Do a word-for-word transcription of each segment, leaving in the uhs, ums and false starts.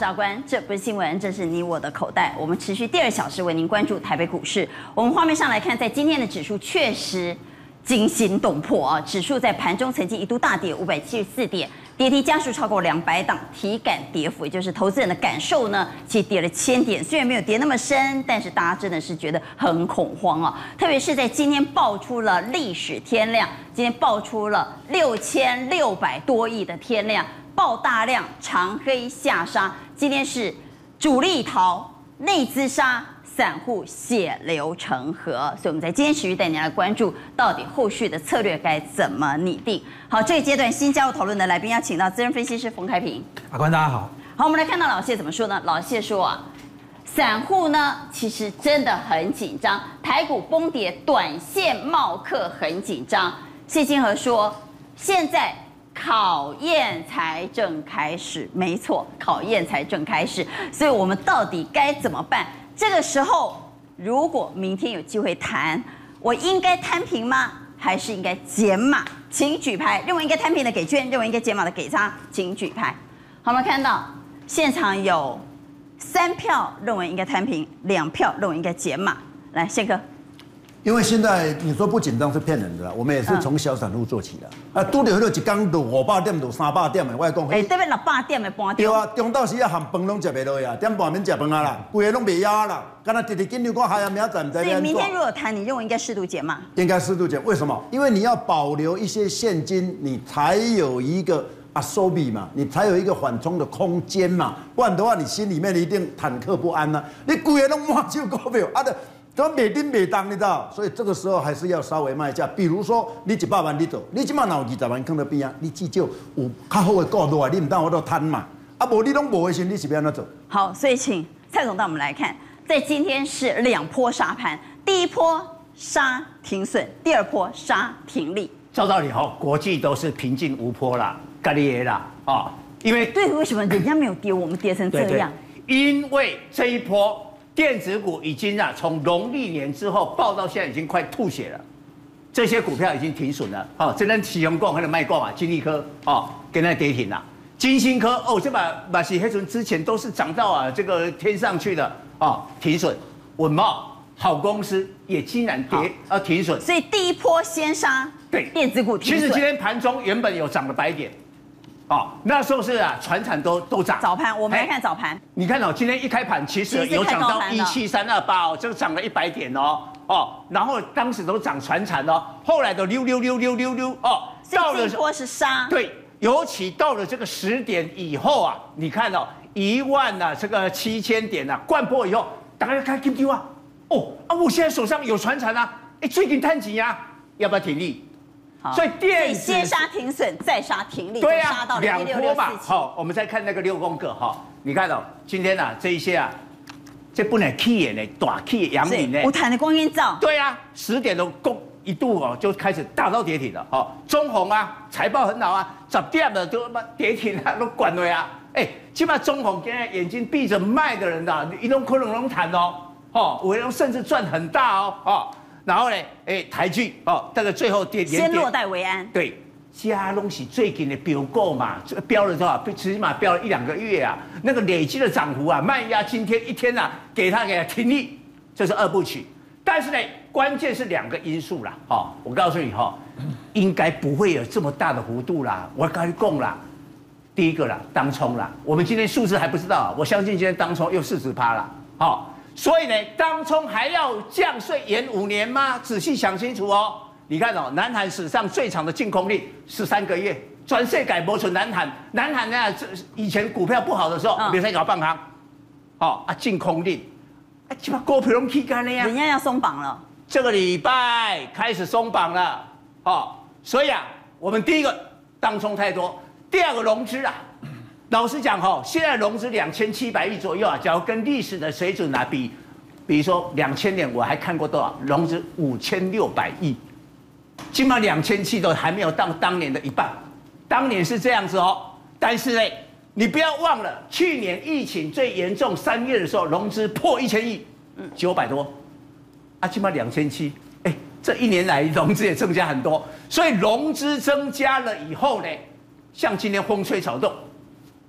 察官，这不是新闻，这是你我的口袋。我们持续第二小时为您关注台北股市。我们画面上来看，在今天的指数确实惊心动魄啊！指数在盘中曾经一度大跌五百七十四点，跌停家数超过两百档，体感跌幅，也就是投资人的感受呢，其实跌了千点。虽然没有跌那么深，但是大家真的是觉得很恐慌啊！特别是在今天爆出了历史天量，今天爆出了六千六百多亿的天量。爆大量，长黑下杀，今天是主力逃，内资杀，散户血流成河，所以我们在今天持续带您来关注，到底后续的策略该怎么拟定。好，这个阶段新加入讨论的来宾，要请到资深分析师冯开平。 法官大家好。 好，我们来看到老谢怎么说呢？老谢说啊，散户呢其实真的很紧张，台股崩跌，短线冒客很紧张。谢金河说，现在考验才正开始，没错，考验才正开始，所以我们到底该怎么办？这个时候，如果明天有机会谈，我应该摊平吗？还是应该减码？请举牌。认为应该摊平的给圈，认为应该减码的给叉，请举牌。好，我们看到现场有三票认为应该摊平，两票认为应该减码。来，宪哥。 因为现在你说不紧张是骗人的啦，我们也是从小散户做起的。啊，拄到迄个一天到五百点到三百点的，我讲。 哎，对面六百点的半对啊，中昼时啊，含饭拢食袂落呀，点半免食饭啊啦，规个拢袂压啦，干那直直紧牛讲，还要明仔载唔知。 所以明天如果谈，你认为应该适度减码？ 应该适度减，为什么？因为你要保留一些现金，你才有一个啊收笔嘛，你才有一个缓冲的空间嘛，不然的话，你心里面一定忐忑不安呐、啊。你规个拢满手股票，啊的。怎么每丁每当，你知道？所以这个时候还是要稍微卖价。比如说，你一百万你走，你起码拿有二十万放在边啊，你至少有较好的股落来，你唔当我都摊嘛。啊，无你拢无的时，你是要安怎做？ 好，所以请蔡总带我们来看，在今天是两波杀盘，第一波杀停损，第二波杀停利。 照道理哈，国际都是平静无波啦，咖喱耶啦啊，因为对，为什么人家没有跌，我们跌成这样？ 对对，因为这一波。电子股已经啊，从农历年之后爆到现在已经快吐血了，这些股票已经停损了。哦，这边启宏供还有卖挂嘛，金利科哦，跟那跌停了。金星科哦，这把把洗黑纯之前都是涨到啊这个天上去的哦，停损。稳茂好公司也竟然跌啊停损， 所以第一波先杀对电子股停损。 其实今天盘中原本有涨了百点。哦，那时候是啊，传产都都涨。 早盘我们来看早盘， 你看哦，今天一开盘其实有涨到一七三二八哦，这个涨了一百点哦哦，然后当时都涨传产哦，后来都溜溜溜溜溜溜哦， 到了这一波是杀， 对，尤其到了这个十点以后啊，你看哦，一万啊这个七千点啊灌破以后，大家看 Q Q 啊，哦啊，我现在手上有传产啊，哎，最近探几呀，要不要停利？所以电子先杀停损，再杀停利， 对啊， 杀到两波嘛。好，我们再看那个六宫格哈，你看到今天啊这一些啊，这不能 key 呢，大 key 阳明呢， 我谈的光阴照。 对啊，十点的攻一度哦就开始大到跌停了。哦，中红啊财报很好啊，十点的都跌停了，都管了呀。哎，起码中红现在眼睛闭着卖的人呐，一动昆仑龙谈哦，哦，我用甚至赚很大哦，哦。然后呢，哎，台剧哦，这个最后跌先落袋为安。 对，嘉隆是最近的标购嘛，这个标了多少？起码标了一两个月啊，那个累积的涨幅啊，卖压今天一天啊，给他给他停利，这是二部曲。但是呢，关键是两个因素啦，哦，我告诉你哈、哦，应该不会有这么大的幅度啦，我跟你讲啦，第一个啦，当冲啦，我们今天数字还不知道，我相信今天当冲又四十趴啦，好、哦。所以呢，当冲还要降税延五年吗？仔细想清楚哦。你看哦，南韩史上最长的净空令十三个月，全世界没存南韩。南韩呢，这以前股票不好的时候，别再搞半行，哦啊净空令，哎，起码股票拢起干了呀。 人家要松绑了， 这个礼拜开始松绑了，哦，所以啊，我们第一个当冲太多，第二个融资啊。老实讲哈，现在融资两千七百亿左右啊，假如跟历史的水准来比，比如说两千年我还看过多少融资五千六百亿，起码两千七都还没有到当年的一半，当年是这样子哦。但是呢，你不要忘了，去年疫情最严重三月的时候，融资破一千亿，九百多，啊，起码两千七，哎，这一年来融资也增加很多，所以融资增加了以后呢，像今天风吹草动。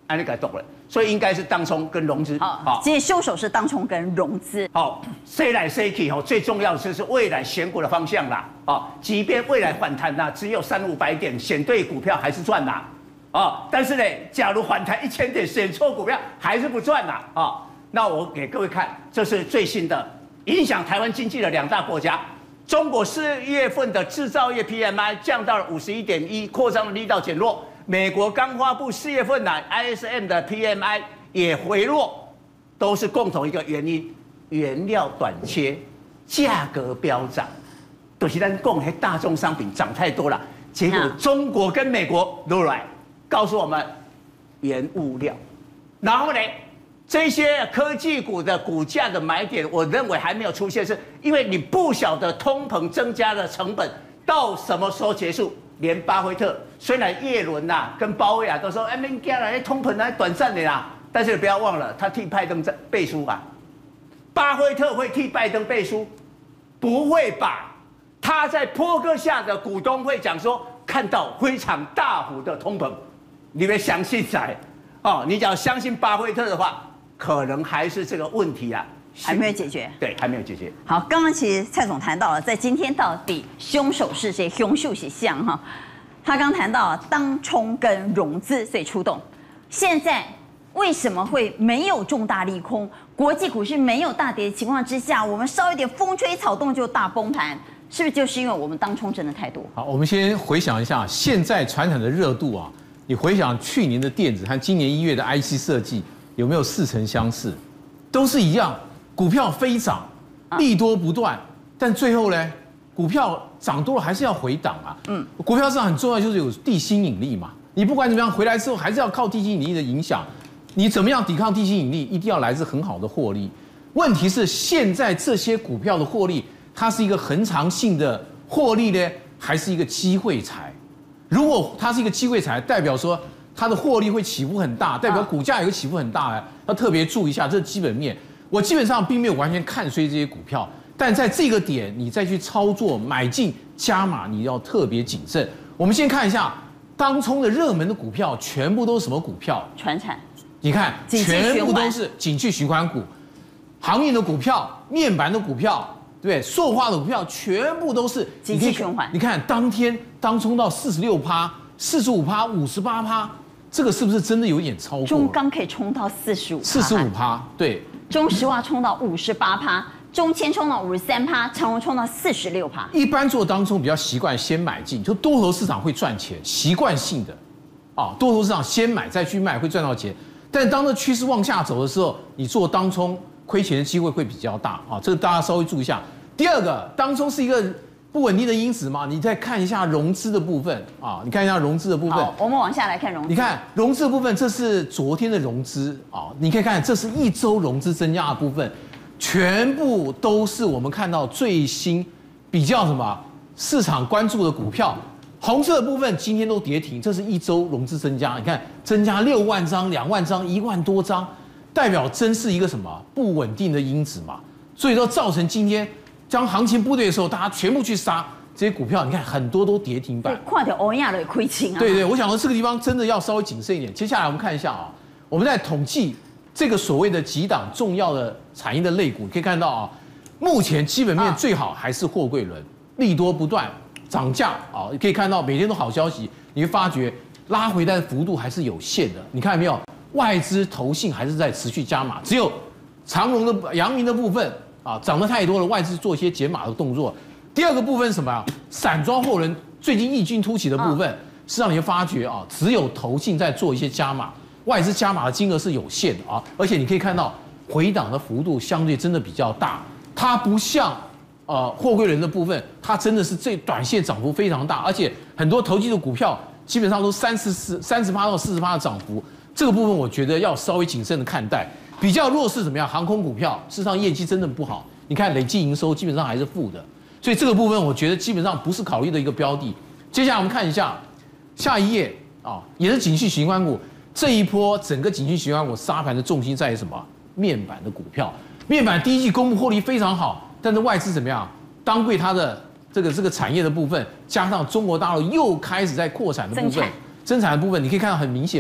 安利改动了，所以应该是当冲跟融资。 好，今天凶手是当冲跟融资。 好，谁来谁去哦，最重要的就是未来选股的方向啦。哦，即便未来反弹呐，只有三五百点，选对股票还是赚啦。哦，但是呢，假如反弹一千点，选错股票还是不赚啦。哦，那我给各位看，这是最新的影响台湾经济的两大国家。中国四月份的制造业 P M I 降到了五十一点一，扩张的力道减弱。美国刚发布四月份的 I S M 的 P M I 也回落，都是共同一个原因：原料短缺，价格飙涨。都是咱讲的大宗商品涨太多了，结果中国跟美国都来告诉我们原物料，然后呢？这些科技股的股价的买点，我认为还没有出现，是因为你不晓得通膨增加的成本到什么时候结束。连巴菲特虽然耶伦呐、啊、跟鲍威尔都说，哎，没干了，通膨还短暂的啦，但是不要忘了，他替拜登背书啊。巴菲特会替拜登背书，不会吧？他在波克夏的股东会讲说，看到非常大幅的通膨，你们相信才哦？你只要相信巴菲特的话。可能还是这个问题啊， 还没有解决。 对，还没有解决。 好，刚刚其实蔡总谈到了，在今天到底凶手是谁？凶手是像哈，他刚谈到当冲跟融资，所以出动。现在为什么会没有重大利空？国际股市没有大跌的情况之下，我们稍一点风吹草动就大崩盘，是不是就是因为我们当冲真的太多？ 好，我们先回想一下现在传统的热度啊，你回想去年的电子和今年一月的 I C 设计。有没有似曾相识？都是一样，股票飞涨，利多不断，但最后呢，股票涨多了还是要回档啊。嗯，股票市场很重要，就是有地心引力嘛。你不管怎么样，回来之后还是要靠地心引力的影响。你怎么样抵抗地心引力？一定要来自很好的获利。问题是现在这些股票的获利，它是一个恒长性的获利呢，还是一个机会财？如果它是一个机会财，代表说。它的获利会起伏很大，代表股价也会起伏很大哎，要特别注意一下，这是基本面。我基本上并没有完全看衰这些股票，但在这个点你再去操作买进加码，你要特别谨慎。我们先看一下当冲的热门的股票，全部都是什么股票？ 传产。 你看，全部都是景气循环股，航运的股票、面板的股票，对不对？塑化的股票全部都是景气循环。 你看当天当冲到四十六趴、四十五趴、五十八趴。这个是不是真的有点超过？ 中钢可以冲到四十五， 四十五趴，对。 中石化冲到五十八趴，中铅冲到五十三趴，长荣冲到四十六趴。 一般做当中比较习惯先买进，就多头市场会赚钱，习惯性的，啊，多头市场先买再去卖会赚到钱。但当这趋势往下走的时候，你做当冲亏钱的机会会比较大啊，这个大家稍微注意一下。第二个，当冲是一个。不稳定的因子嘛，你再看一下融资的部分啊，你看一下融资的部分。 好，我们往下来看融资。 你看融资的部分，这是昨天的融资啊，你可以看，这是一周融资增加的部分，全部都是我们看到最新比较什么市场关注的股票。红色的部分今天都跌停，这是一周融资增加，你看增加六万张、两万张、一万多张，代表真是一个什么不稳定的因子嘛，所以说造成今天。当行情不对的时候，大家全部去杀这些股票，你看很多都跌停板， 跨条欧亚的亏钱啊。 对对，我想说这个地方真的要稍微谨慎一点。接下来我们看一下啊，我们在统计这个所谓的几档重要的产业的类股，可以看到啊，目前基本面最好还是货柜轮，利多不断，涨价啊，可以看到每天都好消息，你会发觉拉回来的幅度还是有限的。你看到没有？外资投信还是在持续加码，只有长荣的、阳明的部分。啊，涨得太多了，外资做一些减码的动作。第二个部分是什么啊？散装货轮最近异军突起的部分，是让你发觉啊，只有投信在做一些加码，外资加码的金额是有限的啊，而且你可以看到回档的幅度相对真的比较大，它不像呃货柜轮的部分，它真的是最短线涨幅非常大，而且很多投机的股票基本上都三十四、三十趴到四十趴的涨幅，这个部分我觉得要稍微谨慎的看待。比较弱势怎么样？航空股票事实上业绩真的不好，你看累计营收基本上还是负的，所以这个部分我觉得基本上不是考虑的一个标的。接下来我们看一下下一页啊，也是景气循环股。这一波整个景气循环股杀盘的重心在于什么？面板的股票，面板第一季公布获利非常好，但是外资怎么样？当柜它的这个这个产业的部分，加上中国大陆又开始在扩产的部分，增产的部分，你可以看到很明显。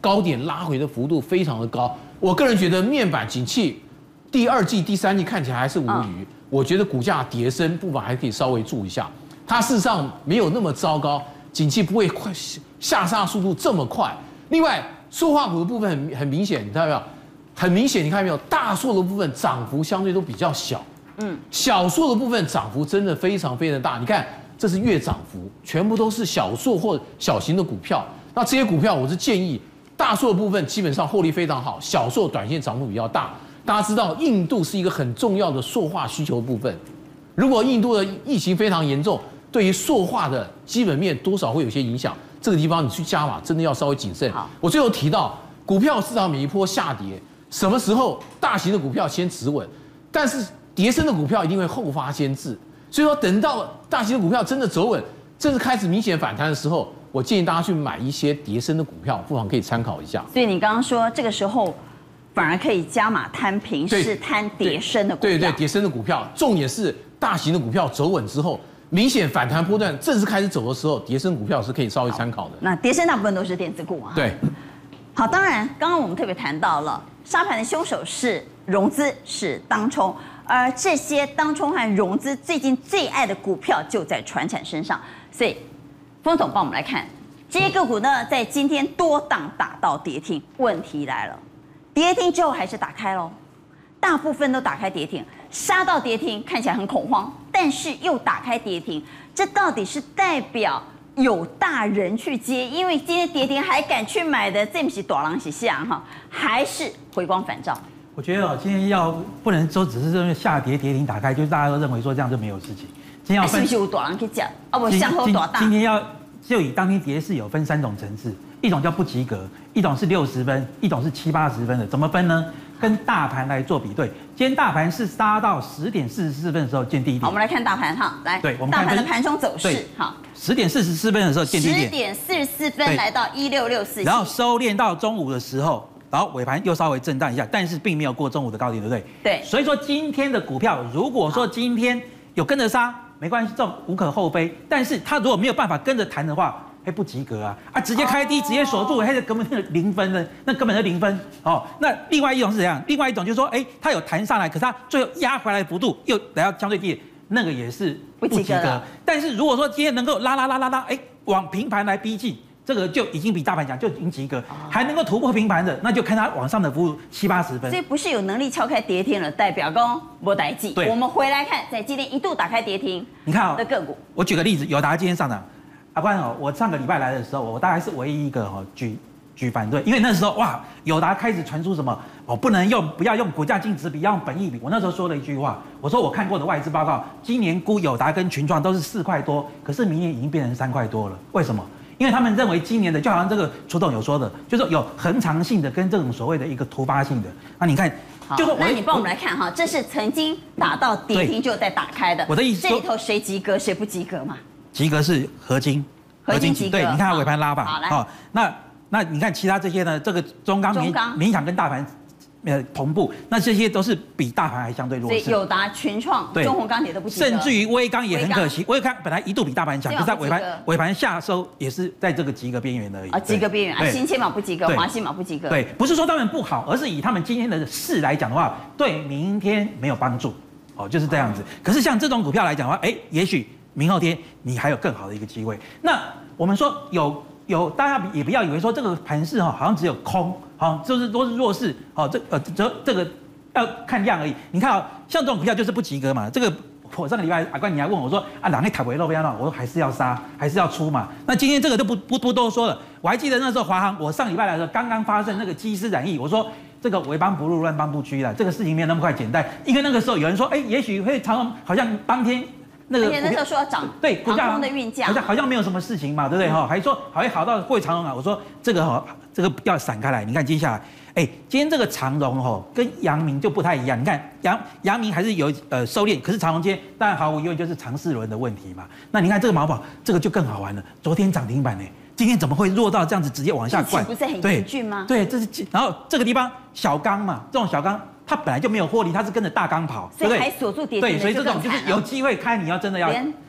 高点拉回的幅度非常的高。我个人觉得面板景气第二季、第三季看起来还是无虞，嗯、我觉得股价跌升不妨还可以稍微注意一下。它事实上没有那么糟糕，景气不会快下杀速度这么快。另外，塑化股的部分很很明显，你看到没有？很明显，你看到没有？大塑的部分涨幅相对都比较小，嗯，小塑的部分涨幅真的非常非常大。你看，这是月涨幅，全部都是小塑或小型的股票。那这些股票，我是建议大塑的部分基本上获利非常好，小塑短线涨幅比较大。大家知道，印度是一个很重要的塑化需求部分，如果印度的疫情非常严重，对于塑化的基本面多少会有些影响。这个地方你去加码，真的要稍微谨慎。我最后提到，股票市场每一波下跌，什么时候大型的股票先止稳，但是跌升的股票一定会后发先至。所以说，等到大型的股票真的走稳，甚至开始明显反弹的时候，我建议大家去买一些跌升的股票，不妨可以参考一下。 所以你刚刚说这个时候反而可以加码摊平，是摊跌升的股票。 对对，跌升的股票，重点是大型的股票走稳之后。明显反弹波段正式开始走的时候，跌升股票是可以稍微参考的。 那跌升大部分都是电子股啊。 对， 好，当然刚刚我们特别谈到了杀盘的凶手是融资，是当冲，而这些当冲和融资最近最爱的股票就在传产身上。所以，封总帮我们来看这些个股呢，在今天多档打到跌停，问题来了，跌停之后还是打开喽。大部分都打开跌停，杀到跌停，看起来很恐慌，但是又打开跌停，这到底是代表有大人去接？因为今天跌停还敢去买的，这不是大狼是下哈，还是回光返照？ 我觉得今天要不能说只是因为下跌跌停打开，就是大家都认为说这样就没有事情。今天要分， 是不是有大人去讲？啊不，向后大大。 今天要就以当天跌势有分三种层次，一种叫不及格，一种是六十分，一种是七八十分的，怎么分呢？跟大盘来做比对，今天大盘是杀到十点四十四分的时候见低点。 好，我们来看大盘哈，来， 对，我们大盘的盘中走势，好， 十点四十四分的时候见低点， 十点四十四分来到一六六四， 然后收敛到中午的时候，然后尾盘又稍微震荡一下，但是并没有过中午的高点，对不对？ 对， 所以说今天的股票，如果说今天有跟着杀，没关系，这种无可厚非，但是它如果没有办法跟着弹的话，还不及格啊！啊，直接开低，直接锁住，还是根本就零分的，那根本就零分哦。那另外一种是怎样？另外一种就是说，哎，它有弹上来，可是它最后压回来的幅度又来到相对低，那个也是不及格。 但是如果说今天能够拉拉拉拉拉，哎，往平盘来逼近，这个就已经比大盘强，就已经及格。还能够突破平盘的，那就看它往上的幅度七八十分。 所以不是有能力敲开跌停了，代表公没代记。对，我们回来看，在今天一度打开跌停， 你看啊的个股， 我举个例子，友达今天上涨。阿关哦，我上个礼拜来的时候，我大概是唯一一个哦举举反对，因为那时候哇，友达开始传出什么哦，不能用，不要用股价净值比，要用本益比。我那时候说了一句话，我说我看过的外资报告，今年估友达跟群创都是四块多，可是明年已经变成三块多了。为什么？因为他们认为今年的，就好像这个楚董有说的，就是有恒长性的跟这种所谓的一个突发性的。那你看， 就说那你帮我们来看哈，这是曾经打到跌停就再打开的。 我的意思， 这里头谁及格谁不及格嘛？ 及格是合金。 合金及格， 对，你看它尾盘拉法， 好， 那那你看其他这些呢？这个中钢勉勉强跟大盘呃同步，那这些都是比大盘还相对弱势。 所以友达、群创、中宏钢铁都不及格， 甚至于威刚也很可惜，威刚本来一度比大盘强，可是在尾盘尾盘下收也是在这个及格边缘而已。 啊，及格边缘啊，新千码不及格，华新码不及格。 对，不是说他们不好，而是以他们今天的势来讲的话，对明天没有帮助，哦，就是这样子。可是像这种股票来讲的话，哎，也许明后天你还有更好的一个机会。那我们说有有，大家也不要以为说这个盘势哈，好像只有空，好，就是都是弱势，好，这呃这这个要看量而已。你看啊，像这种股票就是不及格嘛。这个我上个礼拜阿关你还问我说啊，哪个台维肉不要闹？我说还是要杀，还是要出嘛。那今天这个都不不不多说了。我还记得那时候华航，我上礼拜来的时候刚刚发生那个机师染疫，我说这个为邦不入，乱邦不居了，这个事情没有那么快简单。因为那个时候有人说，哎，也许会长荣好像当天。 那个，而且那时候说要涨， 对， 航空的运价， 好像好像没有什么事情嘛，对不对哈？还说好像好到会长荣啊，我说这个哈，这个要闪开来。你看接下来，哎，今天这个长荣哈跟阳明就不太一样。你看阳阳明还是有呃收敛，可是长荣今天当然毫无疑问就是长四轮的问题嘛。那你看这个毛宝，这个就更好玩了，昨天涨停板呢，今天怎么会弱到这样子直接往下灌？ 不是很严峻吗？ 对，这是然后这个地方小钢嘛，这种小钢。它本来就没有获利，它是跟着大钢跑， 所以还锁住跌停的， 对，所以这种就是有机会开，你要真的要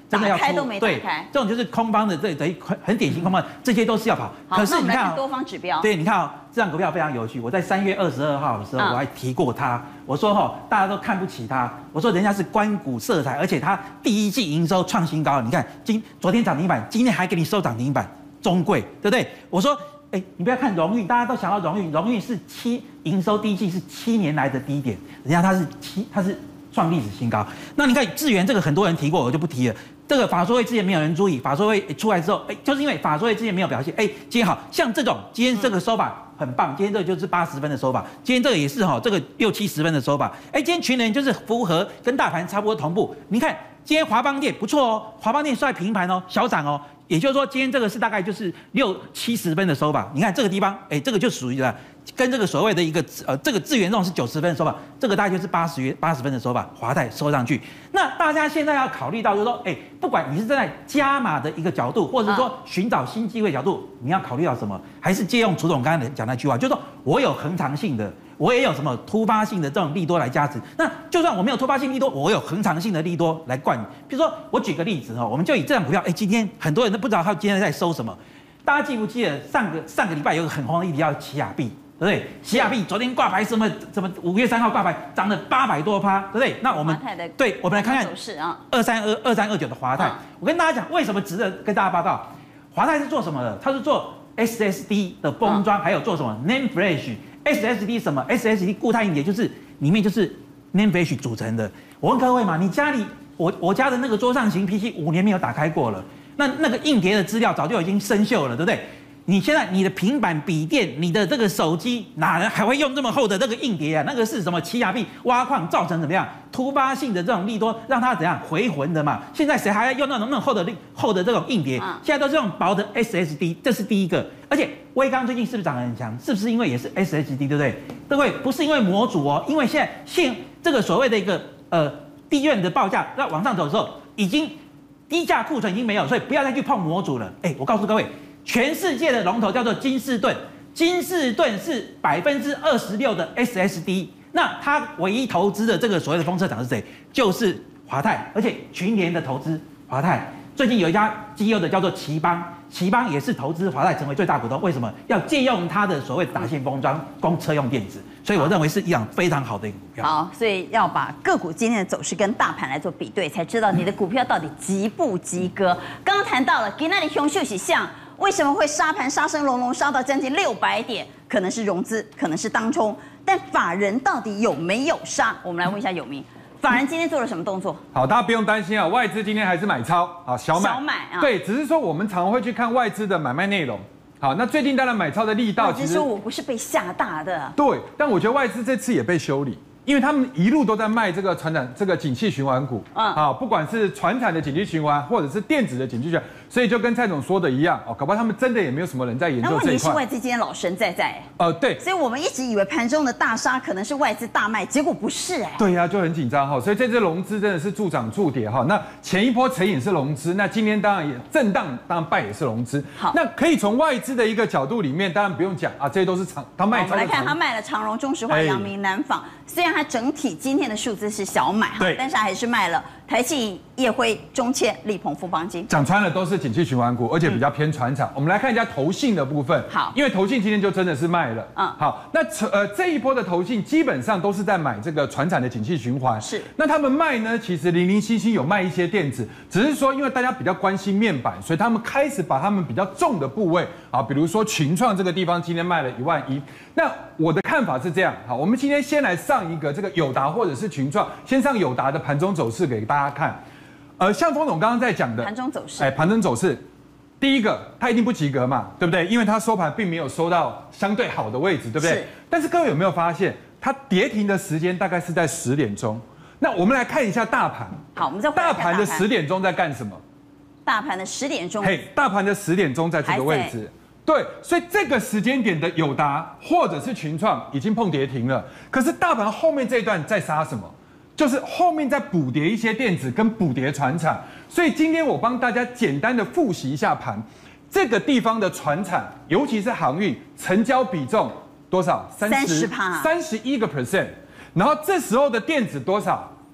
真的要打开都没打开， 这种就是空方的，这等于很很典型空方，这些都是要跑。 可是你看多方指标， 对，你看哦，这张股票非常有趣。我在三月二十二号的时候，我还提过它，我说哈，大家都看不起它，我说人家是官股色彩，而且它第一季营收创新高，你看今昨天涨停板，今天还给你收涨停板，中贵，对不对？我说，哎，你不要看荣誉，大家都想到荣誉，荣誉是七营收第一季是七年来的低点，人家它是七，它是创历史新高。那你看智原这个很多人提过，我就不提了。这个法说会之前没有人注意，法说会出来之后，哎，就是因为法说会之前没有表现，哎，今天好像这种今天这个收法很棒，今天这个就是八十分的收法，今天这个也是哈，这个六七十分的收法，哎，今天群人就是符合跟大盘差不多同步。你看今天华邦电不错哦，华邦电算平盘哦，小涨哦，也就是说今天这个是大概就是六七十分的收法。你看这个地方，哎，这个就属于了。跟这个所谓的一个呃，这个智原这种是九十分的收法，这个大概就是八十元八十分的收法，华泰收上去。那大家现在要考虑到就是说，哎，不管你是站在加码的一个角度，或者是说寻找新机会角度，你要考虑到什么？还是借用楚总刚才讲那句话，就是说我有恒长性的，我也有什么突发性的这种利多来加持。那就算我没有突发性利多，我有恒长性的利多来灌你。比如说我举个例子哦，我们就以这张股票，哎，今天很多人都不知道他今天在收什么。大家记不记得上个上个礼拜有个很红的议题叫奇亚币？对不对？奇亚币昨天挂牌什么什么五月三号挂牌涨了八百多趴，对不对？那我们对，我们来看看走势啊， 二三二二三二九的华泰。啊、我跟大家讲，为什么值得跟大家报告？华泰是做什么的？它是做 S S D 的封装，啊、还有做什么 N A M E Flash。S S D 什么 ？S S D 固态硬碟就是里面就是 N A M E Flash 组成的。我问各位嘛，你家里我我家的那个桌上型 P C 五年没有打开过了，那那个硬碟的资料早就已经生锈了，对不对？你现在你的平板、笔电、你的这个手机，哪人还会用这么厚的这个硬碟啊？那个是什么奇亚币挖矿造成怎么样突发性的这种利多，让它怎样回魂的嘛？现在谁还要用那种那种厚的厚的这种硬碟？现在都是用薄的 S S D， 这是第一个。而且威刚最近是不是涨得很强？是不是因为也是 S S D， 对不对？各位不是因为模组哦，因为现在现这个所谓的一个呃地缘的报价要往上走的时候，已经低价库存已经没有，所以不要再去碰模组了。哎，我告诉各位。全世界的龙头叫做金士顿，金士顿是百分之二十六的 S S D， 那它唯一投资的这个所谓的封测厂是谁？就是华泰，而且群联的投资华泰。最近有一家绩优的叫做奇邦，奇邦也是投资华泰成为最大股东。为什么要借用它的所谓打线封装供车用电子？所以我认为是一样非常好的一个股票。 好，所以要把个股今天的走势跟大盘来做比对，才知道你的股票到底及不及格。刚刚谈到了今天的熊秀喜像。为什么会杀盘杀声隆隆，杀到将近六百点？可能是融资，可能是当冲，但法人到底有没有杀？我们来问一下有明，法人今天做了什么动作？ 好，大家不用担心啊，外资今天还是买超，好小买， 小买啊， 对，只是说我们常会去看外资的买卖内容。好，那最近当然买超的力道， 其实说我不是被吓大的， 对，但我觉得外资这次也被修理。因为他们一路都在卖这个传产这个景气循环股，嗯，啊，不管是传产的景气循环，或者是电子的景气循环，所以就跟蔡总说的一样，哦，搞不好他们真的也没有什么人在研究这一块。 那问题是外资今天老神在在， 呃，对， 所以我们一直以为盘中的大杀可能是外资大卖，结果不是哎。 对呀、啊，就很紧张哈，所以这次融资真的是助涨助跌哈。那前一波成瘾是融资，那今天当然也震荡，当然败也是融资。 好， 那可以从外资的一个角度里面，当然不用讲啊，这些都是长他卖超的。 我们来看他卖了长荣、中石化、阳明、南纺，虽然它整体今今天的数字是小买哈，但是还是卖了台企、业辉、中嵌、力鹏、富邦金。 讲穿了都是景气循环股，而且比较偏传产。嗯、我们来看一下投信的部分。 好， 因为投信今天就真的是卖了。 嗯， 好，那呃这一波的投信基本上都是在买这个传产的景气循环。 是， 那他们卖呢，其实零零星星有卖一些电子，只是说因为大家比较关心面板，所以他们开始把他们比较重的部位啊，比如说群创这个地方今天卖了一万一。那我的看法是这样，好，我们今天先来上一个这个友达或者是群创，先上友达的盘中走势给大家看。呃，像峰总刚刚在讲的盘中走势， 哎，盘中走势，第一个它一定不及格嘛，对不对？因为它收盘并没有收到相对好的位置，对不对？ 是。 但是各位有没有发现，它跌停的时间大概是在十点钟？那我们来看一下大盘。 好，我们再大盘的十点钟在干什么？ 大盘的十点钟， 嘿，大盘的十点钟在这个位置。对，所以这个时间点的友达或者是群创已经碰跌停了，可是大盘后面这一段在杀什么？就是后面在补跌一些电子跟补跌传产。所以今天我帮大家简单的复习一下盘，这个地方的传产，尤其是航运，成交比重多少？三十趴，三十一个 percent。然后这时候的电子多少？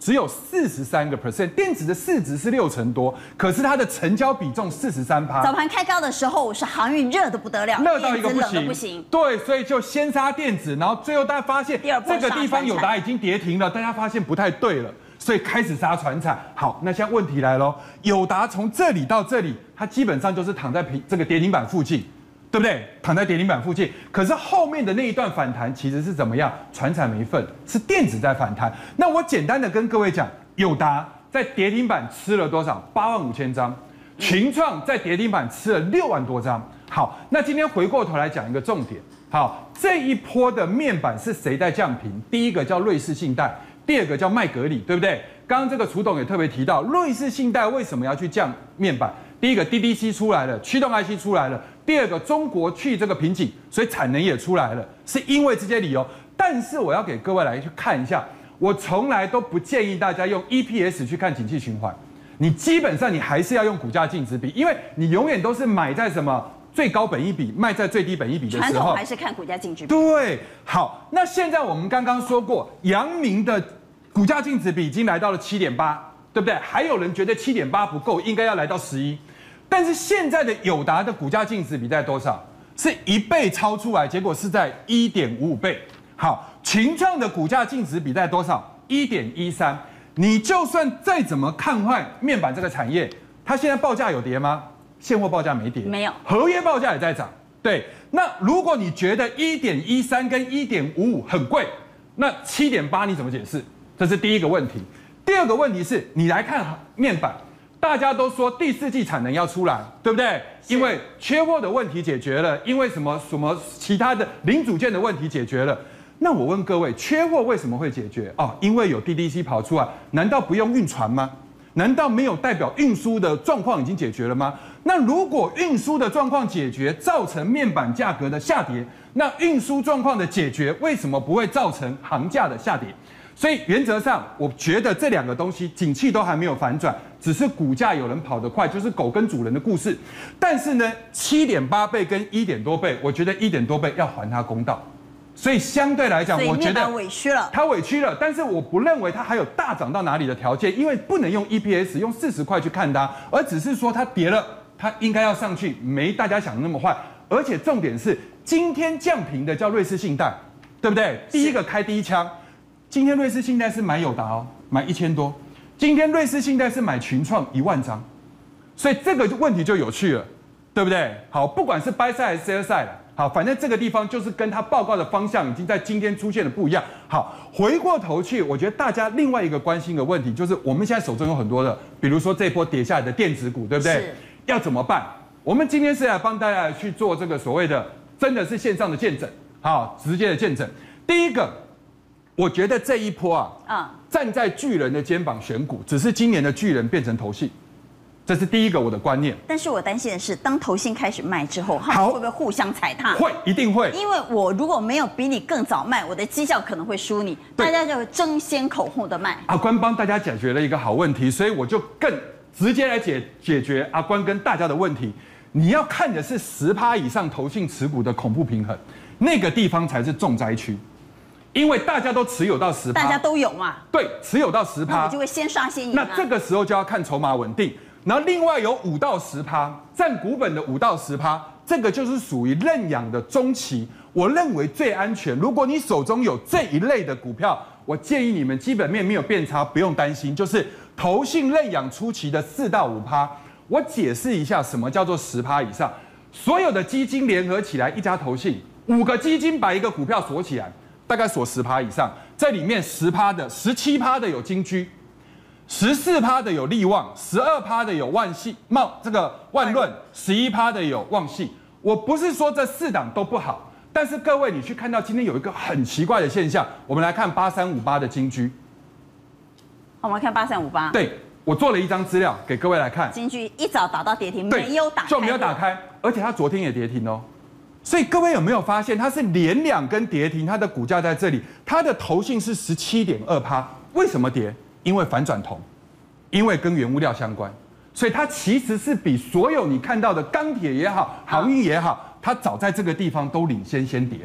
只有四十三个 percent， 电子的市值是六成多，可是它的成交比重四十三趴。 早盘开高的时候是航运热的不得了， 热到一个不电子冷行， 的不行。 对，所以就先杀电子，然后最后大家发现第二波这个地方杀传产友达已经跌停了，大家发现不太对了。所以开始杀传产。好，那现在问题来咯，友达从这里到这里，它基本上就是躺在平这个跌停板附近，对不对？躺在跌停板附近。可是后面的那一段反弹其实是怎么样？传产没份，是电子在反弹。那我简单的跟各位讲，友达在跌停板吃了多少？八万五千张。群创在跌停板吃了六万多张。好，那今天回过头来讲一个重点。好，这一波的面板是谁在降频？第一个叫瑞士信贷。第二个叫麦格里，对不对？刚刚这个楚董也特别提到，瑞士信贷为什么要去降面板？第一个 D D C 出来了，驱动 I C 出来了；第二个中国去这个瓶颈，所以产能也出来了，是因为这些理由。但是我要给各位来去看一下，我从来都不建议大家用 E P S 去看景气循环，你基本上你还是要用股价净值比，因为你永远都是买在什么？最高本益比卖在最低本益比的时候， 传统还是看股价净值比。 对，好，那现在我们刚刚说过，阳明的股价净值比已经来到了七点八，对不对？还有人觉得七点八不够，应该要来到十一。但是现在的友达的股价净值比在多少？是一倍超出来，结果是在一点五五倍。好，群创的股价净值比在多少？一点一三。你就算再怎么看坏面板这个产业，它现在报价有跌吗？现货报价没跌， 没有， 合约报价也在涨。对，那如果你觉得一点一三跟一点五五很贵，那七点八你怎么解释？这是第一个问题。第二个问题是你来看面板，大家都说第四季产能要出来，对不对？因为缺货的问题解决了，因为什么什么其他的零组件的问题解决了。那我问各位，缺货为什么会解决？哦，因为有 D D C 跑出来，难道不用运船吗？难道没有代表运输的状况已经解决了吗？那如果运输的状况解决，造成面板价格的下跌，那运输状况的解决为什么不会造成行价的下跌？所以原则上，我觉得这两个东西景气都还没有反转，只是股价有人跑得快，就是狗跟主人的故事。但是呢，七点八倍跟一点多倍，我觉得一点多倍要还他公道。所以相对来讲，我觉得委屈了， 它委屈了，但是我不认为它还有大涨到哪里的条件，因为不能用 E P S 用四十块去看它，而只是说它跌了，它应该要上去，没大家想的那么坏。而且重点是，今天降频的叫瑞士信贷，对不对？第一个开第一枪，今天瑞士信贷是买友达哦，买一千多，今天瑞士信贷是买群创一万张，所以这个问题就有趣了，对不对？好，不管是 buy side 还是 sell side。好，反正这个地方就是跟他报告的方向已经在今天出现的不一样。好，回过头去，我觉得大家另外一个关心的问题就是，我们现在手中有很多的，比如说这波跌下来的电子股，对不对？ 是。要怎么办？我们今天是来帮大家去做这个所谓的，真的是线上的见证，好，直接的见证。第一个，我觉得这一波啊，啊、嗯，站在巨人的肩膀选股，只是今年的巨人变成投信。这是第一个我的观念， 但是我担心的是，当投信开始卖之后，他们会不会互相踩踏？ 会，一定会。 因为我如果没有比你更早卖，我的绩效可能会输你，大家就争先恐后的卖。 阿关帮大家解决了一个好问题，所以我就更直接来解解决阿关跟大家的问题。你要看的是十趴以上投信持股的恐怖平衡，那个地方才是重灾区，因为大家都持有到十趴， 大家都有嘛。 对，持有到十趴， 那我就会先刷先赢、啊。 那这个时候就要看筹码稳定。然后另外有五到十趴占股本的五到十趴，这个就是属于认养的中期，我认为最安全。如果你手中有这一类的股票，我建议你们基本面没有变差，不用担心，就是投信认养初期的四到五趴。我解释一下什么叫做十趴以上，所有的基金联合起来一家投信，五个基金把一个股票锁起来，大概锁十趴以上，在里面十趴的、十七趴的有金居。十四趴的有力旺，十二趴的有万系茂这个万润，十一趴的有旺系。我不是说这四档都不好，但是各位你去看到今天有一个很奇怪的现象，我们来看八三五八的金居。 我们看八三五八。 对，我做了一张资料给各位来看。 金居一早打到跌停，没有打开， 就没有打开，而且它昨天也跌停哦。所以各位有没有发现，它是连两根跌停，它的股价在这里，它的投信是十七点二趴，为什么跌？因为反转铜，因为跟原物料相关，所以它其实是比所有你看到的钢铁也好、航运也好，它早在这个地方都领先先跌了。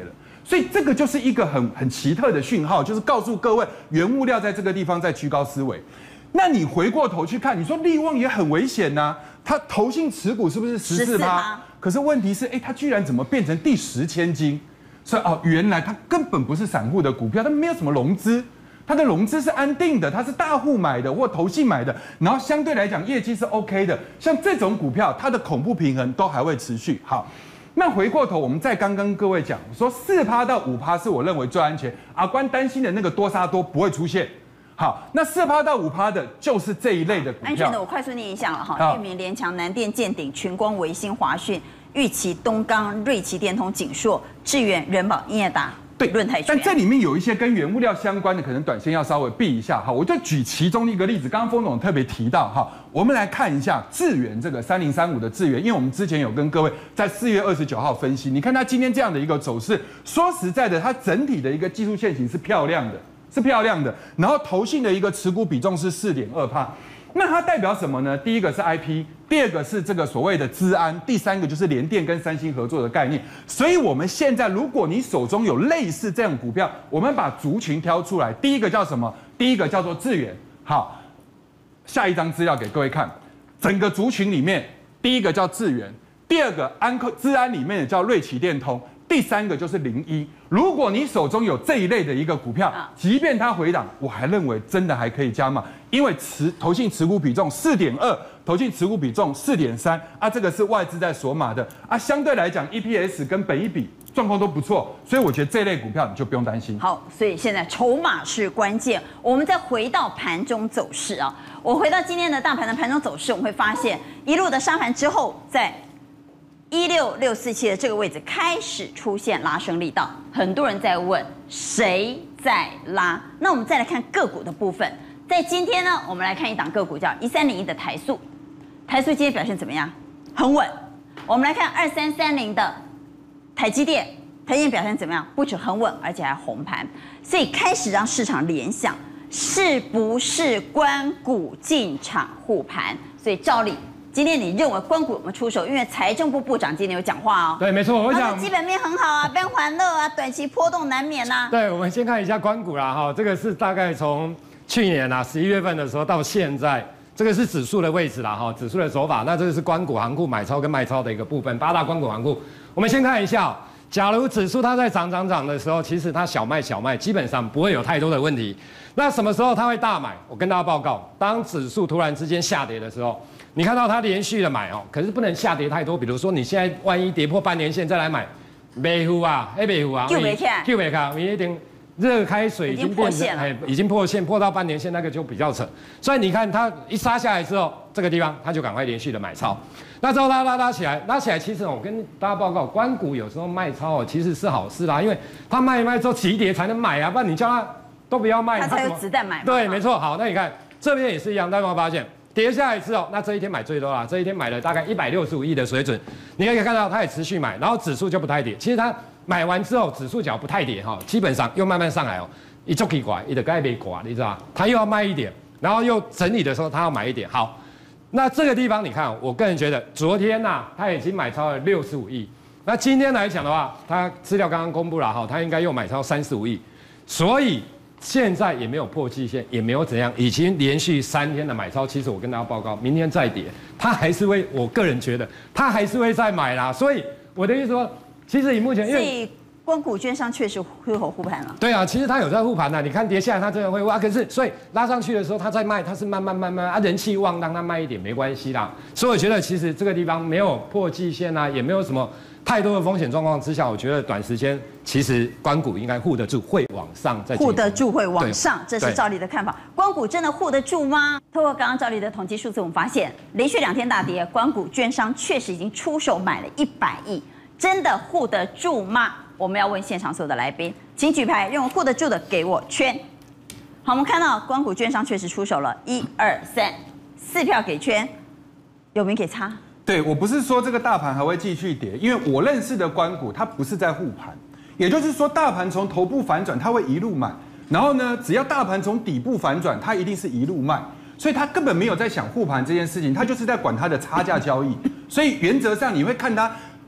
所以这个就是一个很很奇特的讯号，就是告诉各位原物料在这个地方在居高思维。那你回过头去看，你说力旺也很危险呐、啊，它投信持股是不是十四趴？可是问题是，哎，它居然怎么变成第十千金？所以哦，原来它根本不是散户的股票，它没有什么融资。它的融资是安定的，它是大户买的或投信买的，然后相对来讲业绩是 OK 的。像这种股票，它的恐怖平衡都还会持续。好，那回过头，我们再刚跟各位讲，说四趴到五趴是我认为最安全。阿关担心的那个多杀多不会出现。好，那四趴到五趴的就是这一类的股票。 安全的，我快速念一下了哈：裕民、联强、南电、建鼎、群光、维新、华讯、玉期、东钢、瑞奇电通、景硕、智源、人保、英业达。对，润泰但这里面有一些跟原物料相关的，可能短线要稍微避一下。好，我就举其中一个例子，刚刚封总特别提到，哈，我们来看一下智源这个三零三五的智源，因为我们之前有跟各位在四月二十九号分析，你看它今天这样的一个走势，说实在的，它整体的一个技术线型是漂亮的，是漂亮的，然后投信的一个持股比重是四点二趴。那它代表什么呢？第一个是 I P， 第二个是这个所谓的资安，第三个就是联电跟三星合作的概念。所以我们现在，如果你手中有类似这样股票，我们把族群挑出来。第一个叫什么？第一个叫做智源。好，下一张资料给各位看，整个族群里面，第一个叫智源，第二个安科资安里面的叫瑞奇电通。第三个就是零一，如果你手中有这一类的一个股票，即便它回档，我还认为真的还可以加码，因为持投信持股比重四点二，投信持股比重四点三啊，这个是外资在锁码的啊，相对来讲 E P S 跟本益比状况都不错，所以我觉得这类股票你就不用担心。 好，所以现在筹码是关键。我们再回到盘中走势啊，我回到今天的大盘的盘中走势，我们会发现一路的杀盘之后，在一六六四七的这个位置开始出现拉升力道，很多人在问谁在拉。那我们再来看个股的部分，在今天呢，我们来看一档个股叫一三零一的台塑，台塑今天表现怎么样？很稳。我们来看二三三零的台积电，台积电表现怎么样？不止很稳，而且还红盘，所以开始让市场联想是不是官股进场护盘？所以照例。今天你认为官股有没有出手？因为财政部部长今天有讲话哦。 对，没错，我想基本面很好啊，边环乐啊，短期波动难免呐、啊。 对，我们先看一下官股啦，哈，这个是大概从去年啊十一月份的时候到现在，这个是指数的位置啦，哈，指数的手法。那这个是官股行库买超跟卖超的一个部分，八大官股行库。我们先看一下，假如指数它在涨涨涨的时候，其实它小卖小卖，基本上不会有太多的问题。那什么时候它会大买？我跟大家报告，当指数突然之间下跌的时候。你看到它连续的买哦，可是不能下跌太多。比如说你现在万一跌破半年线再来买，没糊啊，哎没糊啊， 就没看， 就没看，你一定热开水已经变成哎，已经破线，破到半年线那个就比较扯。所以你看它一杀下来之后，这个地方它就赶快连续的买超，那之后拉拉拉起来，拉起来其实我跟大家报告，官股有时候卖超哦其实是好事啦，因为它卖一卖之后急跌才能买啊，不然你叫它都不要卖， 它才有子弹买。 对，没错。好，那你看这边也是一样，大家有没有发现？跌下来之后，那这一天买最多啦，这一天买了大概一百六十五亿的水准，你可以看到它也持续买，然后指数就不太跌。其实它买完之后，指数脚不太跌哈，基本上又慢慢上来哦，一做起拐，一的该被刮，你知道吧？它又要卖一点，然后又整理的时候，它要买一点。好，那这个地方你看，我个人觉得昨天呐、啊，它已经买超了六十五亿，那今天来讲的话，它资料刚刚公布了哈，它应该又买超三十五亿，所以。现在也没有破季线，也没有怎样，已经连续三天的买超。其实我跟大家报告，明天再跌，它还是会，我个人觉得它还是会再买啦。所以我的意思说，其实以目前因为官股券商确实会有护盘了。 对啊，其实它有在护盘的，你看跌下来它真的会挖，可是所以拉上去的时候它在卖，它是慢慢慢慢啊，人气旺让它卖一点没关系啦。所以我觉得其实这个地方没有破季线啊，也没有什么。太多的风险状况之下，我觉得短时间其实官股应该护得住，会往上再护得住会往上，这是赵理的看法。官股真的护得住吗？透过刚刚赵理的统计数字，我们发现连续两天大跌，官股券商确实已经出手买了一百亿，真的护得住吗？我们要问现场所有的来宾，请举牌，认为护得住的给我圈。好，我们看到官股券商确实出手了，一二三，四票给圈，有没有给叉？ 对，我不是说这个大盘还会继续跌，因为我认识的官股它不是在护盘，也就是说大盘从头部反转，它会一路买，然后呢，只要大盘从底部反转，它一定是一路卖，所以它根本没有在想护盘这件事情，它就是在管它的差价交易，所以原则上你会看它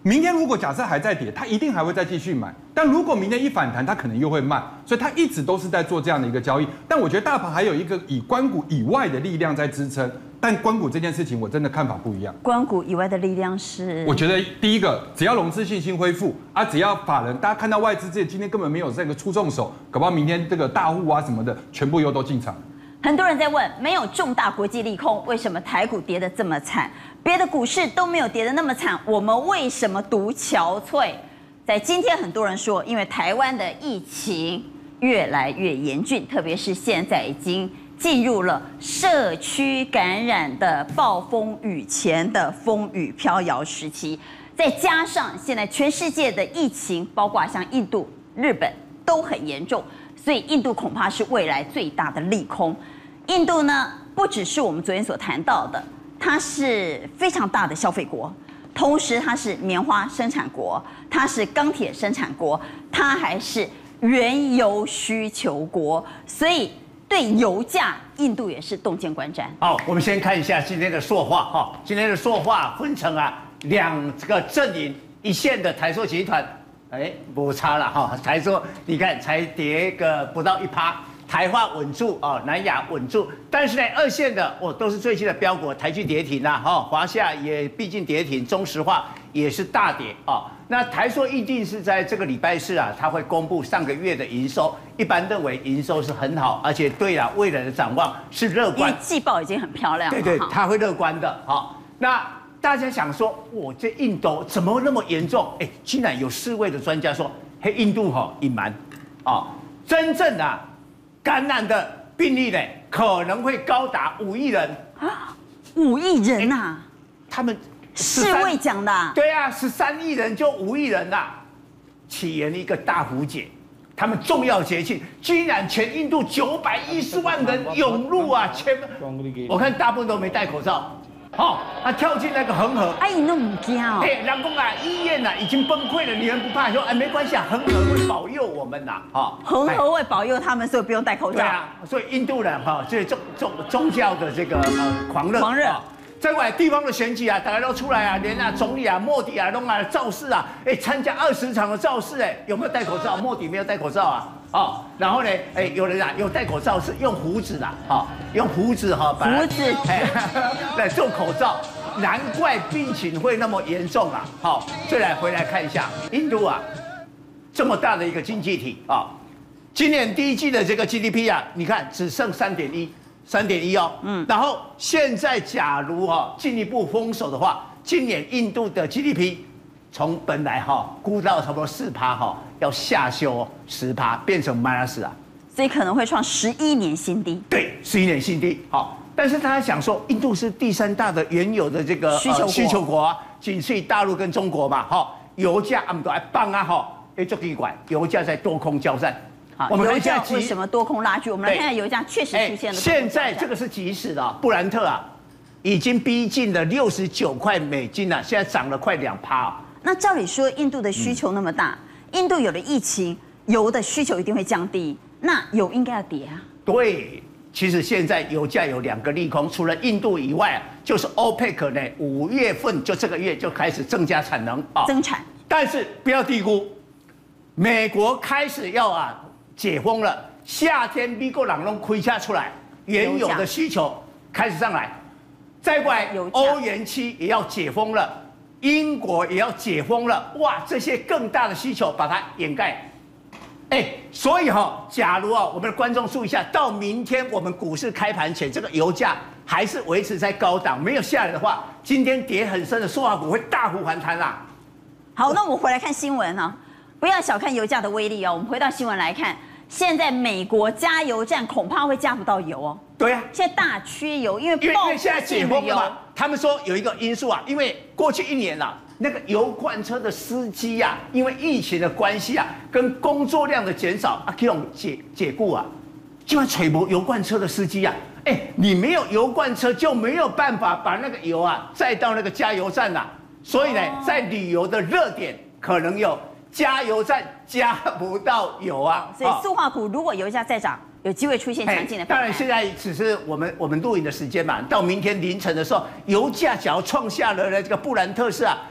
明天如果假设还在跌，它一定还会再继续买。但如果明天一反弹，它可能又会卖，所以它一直都是在做这样的一个交易。但我觉得大盘还有一个以官股以外的力量在支撑，但官股这件事情我真的看法不一样。 官股以外的力量是， 我觉得第一个，只要融资信心恢复啊，只要法人大家看到外资这今天根本没有这个出重手，搞不好明天这个大户啊什么的全部又都进场。 很多人在问，没有重大国际利空，为什么台股跌得这么惨？别的股市都没有跌得那么惨，我们为什么独憔悴？在今天，很多人说，因为台湾的疫情越来越严峻，特别是现在已经进入了社区感染的暴风雨前的风雨飘摇时期，再加上现在全世界的疫情，包括像印度、日本都很严重。所以印度恐怕是未来最大的利空。印度呢，不只是我们昨天所谈到的，它是非常大的消费国，同时它是棉花生产国，它是钢铁生产国，它还是原油需求国。所以对油价，印度也是洞见观瞻。 好，我们先看一下今天的塑化哈，今天的塑化分成啊两个阵营，一线的台塑集团。哎，不差了哈，台塑你看才跌个不到一趴，台化稳住哦，南亚稳住，但是呢，二线的哦都是最近的标股，台积跌停啦，哈，华夏也毕竟跌停，中石化也是大跌哦。那台塑一定是在这个礼拜四啊，它会公布上个月的营收，一般认为营收是很好，而且对了，未来的展望是乐观， 因为季报已经很漂亮了， 对对，它会乐观的，好，那。大家想说，我这印度怎么那么严重？哎，竟然有四位的专家说，嘿，印度哈隐瞒，啊，真正啊感染的病例呢可能会高达五亿人啊，五亿人呐、啊， 他们世卫讲的、啊， 对啊，十三亿人就五亿人呐、啊，起源一个大胡解，他们重要节庆，居然全印度九百一十万人涌入啊，全，我看大部分都没戴口罩。哦，他跳进那个恒河， 哎，你都唔惊哦？ 哎，人讲啊，医院啊已经崩溃了，你们不怕？说哎，没关系啊，恒河会保佑我们呐，哈， 恒河会保佑他们，所以不用戴口罩。 对啊，所以印度人哈，这宗宗宗教的这个呃狂热， 狂热。 再过来地方的选举啊，大家都出来啊，连啊总理啊、莫迪啊都啊造势啊，哎，参加二十场的造势，哎，有没有戴口罩？莫迪没有戴口罩啊。哦，然后呢，哎，有人啊有戴口罩是用胡子啦，哈、哦，用胡子哈， 胡子哎来做口罩，难怪病情会那么严重啊。好、哦，再来回来看一下印度啊，这么大的一个经济体啊、哦，今年第一季的这个 G D P 啊，你看只剩三点一，三点一哦，嗯，然后现在假如哈、哦、进一步封锁的话，今年印度的 G D P 从本来哈、哦、估到差不多四趴哈。要下修十趴，变成 minus 啊， 所以可能会创十一年新低。 对，十一年新低。好，但是大家想说，印度是第三大的原油的这个需求国，呃、 需求国啊，仅次于大陆跟中国嘛。好，油价啊，我们都还棒啊，哈，哎，就可以管油价在多空交战。 好，我们油价为什么多空拉锯？我们来看看油价确实出现了。 现在这个是即时的，布兰特啊，已经逼近了六十九块美金了，现在涨了快两趴。 那照理说，印度的需求那么大。嗯印度有了疫情，油的需求一定会降低，那油应该要跌啊。 对，其实现在油价有两个利空，除了印度以外，就是 O P E C 呢，五月份就这个月就开始增加产能啊， 增产。 但是不要低估，美国开始要啊解封了，夏天美国人都亏下出来，原油的需求开始上来，再过来欧元区也要解封了。英国也要解封了，哇！这些更大的需求把它掩盖，哎，所以哈、哦，假如啊、哦，我们的观众注意一下，到明天我们股市开盘前，这个油价还是维持在高档，没有下来的话，今天跌很深的塑化股会大幅反弹啦。 好，那我们回来看新闻啊，不要小看油价的威力哦。我们回到新闻来看，现在美国加油站恐怕会加不到油哦。 对啊， 现在大缺油，因为因为因为现在解封了嘛。他们说有一个因素啊，因为过去一年啦、啊，那个油罐车的司机呀、啊，因为疫情的关系啊，跟工作量的减少啊，这种解解雇啊，就要揣摩油罐车的司机啊，哎，你没有油罐车就没有办法把那个油啊载到那个加油站啦、啊，所以呢，在旅游的热点可能有加油站加不到油啊， 所以塑化股如果油价再涨。有机会出现强劲的反弹。 当然，现在只是我们我们录影的时间嘛，到明天凌晨的时候，油价只要创下了这个布兰特是啊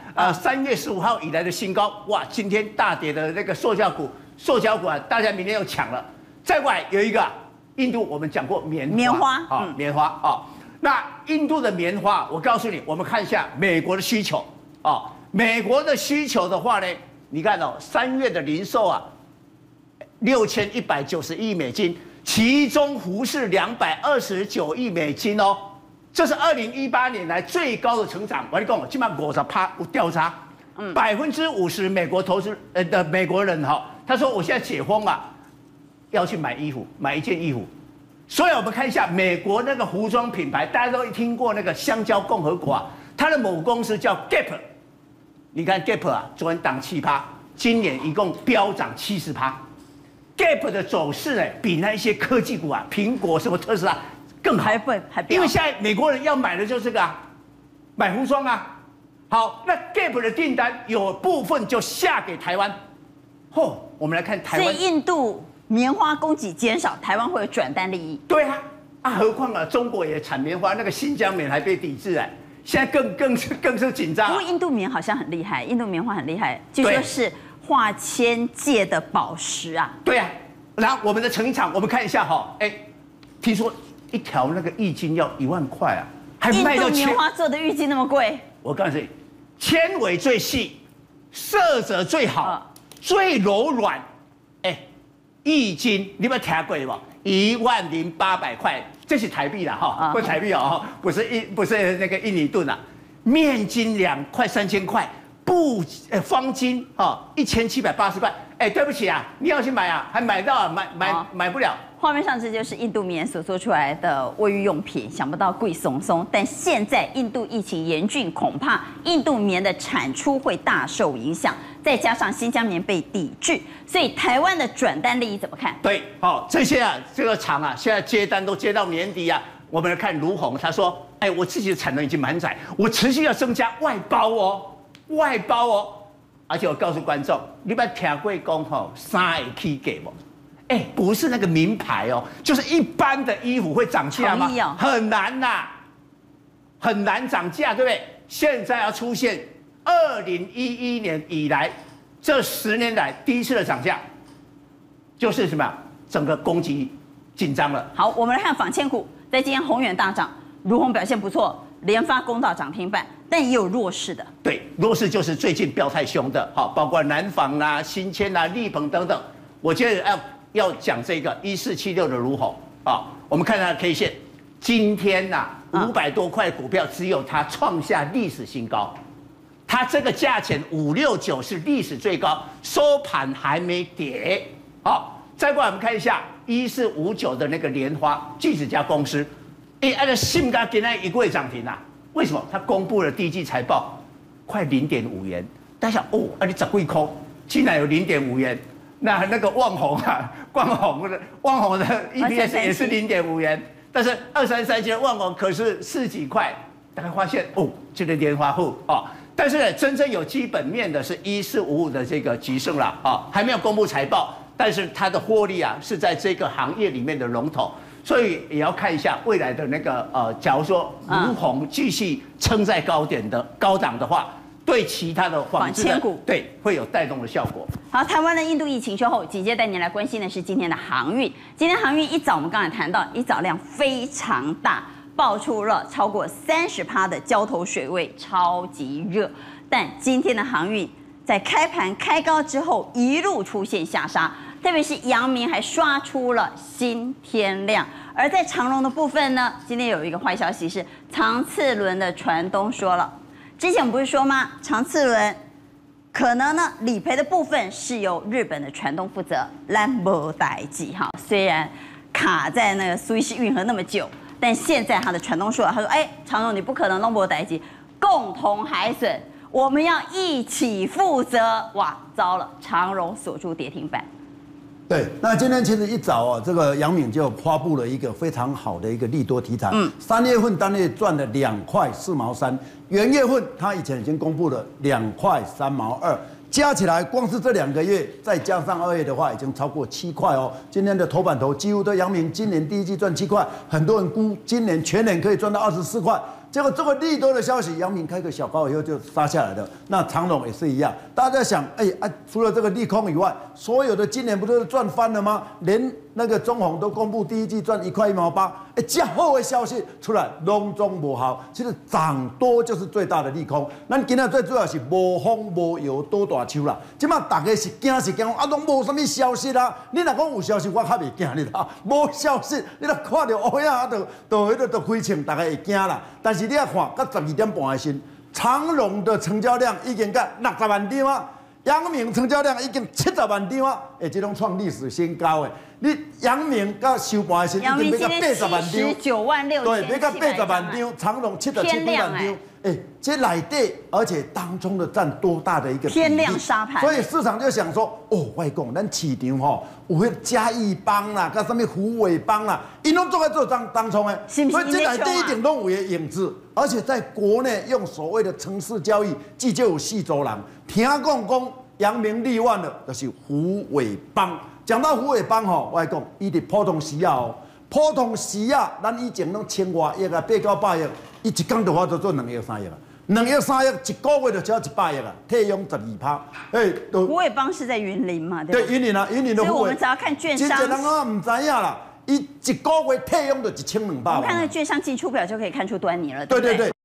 呃三月十五号以来的新高，哇，今天大跌的那个塑胶股，塑胶股啊，大家明天又抢了。再过来有一个印度，我们讲过棉花棉花啊、哦，棉花啊、哦。那印度的棉花，我告诉你，我们看一下美国的需求啊、哦，美国的需求的话呢，你看哦，三月的零售啊，六千一百九十亿美金，其中服饰两百二十九亿美金哦，这是二零一八年来最高的成长。我跟你讲，基本上五十趴有调查，百分之五十美国投资呃的美国人哈、哦，他说我现在解封了，要去买衣服，买一件衣服。所以我们看一下美国那个服装品牌，大家都听过那个香蕉共和国啊，它的母公司叫 Gap。你看 Gap 啊，昨天涨七趴，今年一共飙涨七十趴。Gap 的走势呢，比那一些科技股啊，苹果什么特斯拉更好， 还会还飙因为现在美国人要买的就是这个啊，买服装啊。好，那 Gap 的订单有部分就下给台湾。嚯、哦，我们来看台湾。 所以印度棉花供给减少，台湾会有转单利益。 对啊，啊，何况啊，中国也产棉花，那个新疆棉还被抵制哎，现在更更是更是紧张、啊。 不过印度棉好像很厉害，印度棉花很厉害，据说是化纤界的宝石啊。 对啊，然后我们的成衣厂，我们看一下哈，哎，听说一条那个浴巾要一万块啊，还卖到印度棉花做的浴巾那么贵。 我告诉你，纤维最细，色泽最好，哦、最柔软，哎。浴巾，你有没有听过吧？一万零八百块，这是台币啦哈，不是台币哦，不是印不是那个印尼盾啊。面巾两块三千块，布呃方巾哈一千七百八十块。哎，对不起啊，你要去买啊，还买到啊，买买、哦、买不了。 画面上这就是印度棉所做出来的卫浴用品，想不到贵松松。但现在印度疫情严峻，恐怕印度棉的产出会大受影响。再加上新疆棉被抵制，所以台湾的转单利益怎么看？ 对，好、哦，这些啊，这个厂啊，现在接单都接到年底啊。我们来看卢鸿，他说：“哎，我自己的产能已经满载，我持续要增加外包哦，外包哦。而且我告诉观众，你把听过讲吼，三个起价不？哎，不是那个名牌哦，就是一般的衣服会涨价吗？ 哦、 很难呐、啊，很难涨价，对不对？现在要出现。”二零一一年以来，这十年来第一次的涨价，就是什么？整个供给紧张了。 好，我们来看纺纤股，在今天宏远大涨，如鸿表现不错，联发攻到涨停板，但也有弱势的。 对，弱势就是最近飙太凶的，好，包括南纺啦、新签啦、力鹏等等。我觉得要要讲这个一四七六的如鸿啊，我们看它的 K 线，今天呐五百多块股票，只有它创下历史新高。它这个价钱五六九是历史最高，收盘还没跌。好，再过来我们看一下一四五九的那个莲花锯子家公司，哎，按照新高今天一个月涨停啊？为什么？它公布了第一季财报，快零点五元。大家想哦，啊你十几块，竟然有零点五元？那那个旺宏啊，旺宏的旺宏的 E P S 也是零点五元，但是二三三七的旺宏可是四几块，大家发现哦，这个莲花户哦。但是呢，真正有基本面的是一四五五的这个吉盛啦，啊，还没有公布财报，但是它的获利啊是在这个行业里面的龙头，所以也要看一下未来的那个呃，假如说如鸿继续撑在高点的高档的话，对其他的纺织股对会有带动的效果。 好，台湾的印度疫情之后，紧接带您来关心的是今天的航运。今天航运一早我们刚才谈到，一早量非常大。爆出了超过三十趴的交投水位，超级热。但今天的航运在开盘开高之后，一路出现下杀，特别是阳明还刷出了新天量。而在长荣的部分呢，今天有一个坏消息是长次轮的船东说了，之前我们不是说吗？长次轮可能呢理赔的部分是由日本的船东负责，咱没代志哈。虽然卡在那个苏伊士运河那么久。但现在他的船东说了，他说：“哎，长荣你不可能弄不代志，共同海损，我们要一起负责。”哇，糟了，长荣锁住跌停板。 对，那今天其实一早啊，这个阳明就发布了一个非常好的一个利多题材。嗯，三月份单月赚了两块四毛三，元月份他以前已经公布了两块三毛二。加起来，光是这两个月，再加上二月的话，已经超过七块哦。今天的头版头几乎都阳明今年第一季赚七块，很多人估今年全年可以赚到二十四块。 结果这个利多的消息，阳明开个小高以后就杀下来了。那长荣也是一样，大家在想，哎啊，除了这个利空以外，所有的今年不都是赚翻了吗？连那个中鸿都公布第一季赚一块一毛八，哎，这好的消息出来，拢总无效。其实涨多就是最大的利空。咱今仔最主要是无风无油多大秋啦。即马大家是惊是惊，啊，拢无什么消息啦。你若讲有消息，我较袂惊你啦。无消息，你若看到哦呀，都都迄个都亏钱，大家会惊啦。但是你要看，到十二点半的时，长荣的成交量已经到六十万张啊。阳明成交量已经七十万张啊！哎，这种创历史新高诶！你阳明到收盘的时，已经要到八十万张， 十九万六千， 对，要到八十万张，长荣七十七万张。哎，这内底，而且当中的占多大的一个天量沙盘， 所以市场就想说，哦，我讲，咱市场吼有迄嘉义帮啦，甲什么虎尾帮啦，因拢做在做当当冲诶，所以这内底一定拢有个影子，而且在国内用所谓的城市交易，既就有四周人，听讲讲阳明利万的，就是虎尾帮。讲到虎尾帮吼，我来讲，伊伫普通时啊哦。普通时啊，咱以前拢千外亿啊，八九百亿，伊一工就法做做两亿三亿啊，两亿三亿一个月就只要一百亿啊，退佣十二趴。哎， 虎尾帮是在云林嘛？对对，云林啊，云林的虎尾。 所以我们只要看券商， 真侪人啊唔知影啦，伊一个月退佣就一千两百万。 我们看那个券商进出表就可以看出端倪了。 对对对。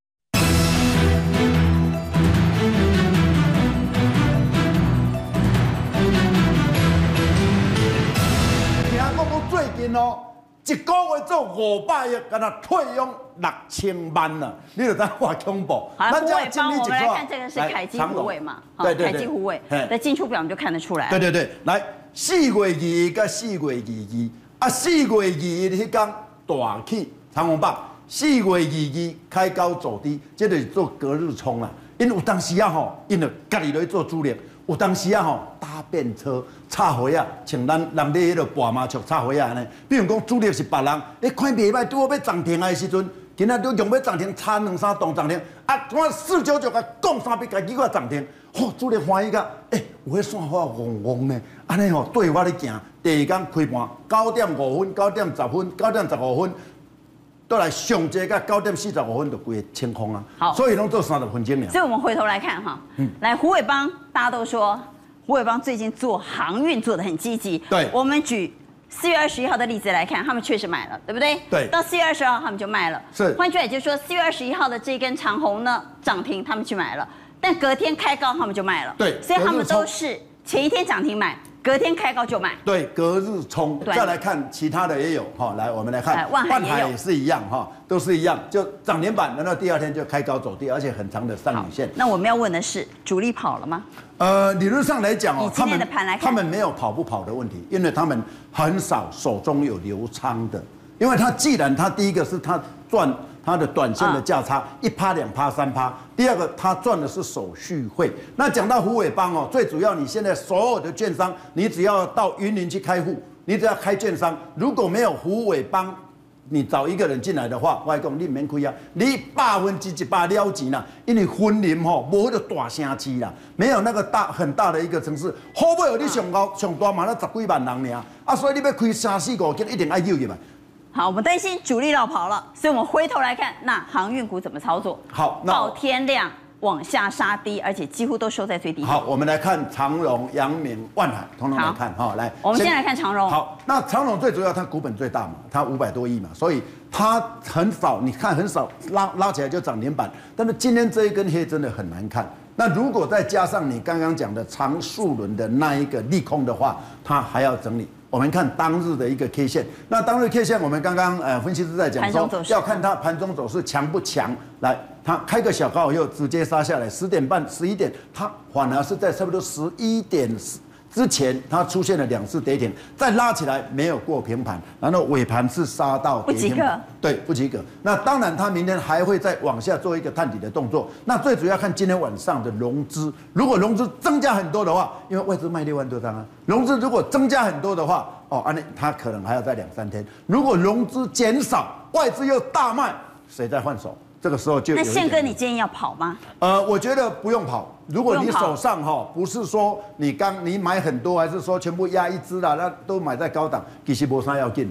听讲讲最近哦。一个月做五百亿，敢若退佣六千万了，你就知话恐怖。 好，虎尾帮我们来看这个是凯基虎尾嘛？ 对对对， 凯基虎尾的进出表我们就看得出来。 对对对，来四月二日甲四月二二，啊四月二日迄天大起长虹棒，四月二二开高走低，这就是做隔日冲啦。因为有当时啊吼，因为家己落去做主力。有当时啊吼，搭便车、插火啊，像咱南地迄个跋麻雀插火啊安尼。比如讲主力是别人，哎看袂歹，拄好要涨停的时阵，今仔都用要涨停，差两三档涨停，啊，我四九九甲讲三笔，家己个涨停，吼、哦，主力欢喜甲，哎、欸，有迄线花旺旺呢，安尼吼对我咧行。第二天开盘九点五分、九点十分、九点十五分。都来上这个九点四十五分就规个清空啊，好，所以拢做三十分钟了。 所以我们回头来看哈，嗯，来虎尾帮，大家都说虎尾帮最近做航运做得很积极。 对， 我们举四月二十一号的例子来看，他们确实买了，对不对？ 对。 到四月二十号他们就卖了。 是。 换句话也就是说，四月二十一号的这根长红呢涨停，他们去买了，但隔天开高他们就卖了。 对。 所以他们都是前一天涨停买。隔天开高就买， 对，隔日冲。再来看其他的也有哈，来我们来看， 万海也有， 也是一样哈，都是一样，就涨停板，然后第二天就开高走低，而且很长的上影线。 那我们要问的是，主力跑了吗？ 呃，理论上来讲哦， 他们他们没有跑不跑的问题，因为他们很少手中有留仓的，因为他既然他第一个是他赚。它的短线的价差一趴、两趴、三趴。第二个，它赚的是手续费。那讲到虎尾帮哦，最主要你现在所有的券商，你只要到云林去开户，你只要开券商，如果没有虎尾帮，你找一个人进来的话，我讲你免亏啊，你百分之一百了钱啦，因为云林吼无迄个大城市啦，没有那个大很大的一个城市，好不容易你上高上大嘛，那十几万人尔，啊，所以你要开三四五间，一定要有入来。 好，我们担心主力绕跑了，所以我们回头来看，那航运股怎么操作？ 好， 爆天量往下杀低，而且几乎都收在最低点。 好，我们来看长荣、阳明、万海，统统来看哈。来， 我们先来看长荣。 好，那长荣最主要它股本最大嘛，它五百多亿嘛，所以它很少，你看很少拉拉起来就涨停板。但是今天这一根黑真的很难看。那如果再加上你刚刚讲的长数轮的那一个利空的话，它还要整理。我们看当日的一个 K 线，那当日 K 线我们刚刚呃分析师在讲说，要看它盘中走势强不强。来，它开个小高以后直接杀下来，十点半、十一点，它反而是在差不多十一点之前，它出现了两次跌停，再拉起来没有过平盘，然后尾盘是杀到不及格， 对，不及格。那当然，它明天还会再往下做一个探底的动作。那最主要看今天晚上的融资，如果融资增加很多的话，因为外资卖六万多张啊，融资如果增加很多的话，哦，安内它可能还要再两三天。如果融资减少，外资又大卖，谁在换手？这个时候就有那宪哥，你建议要跑吗？ 呃，我觉得不用跑。如果你手上哈不是说你刚你买很多，还是说全部压一支啦，那都买在高档，其实没啥要紧啦。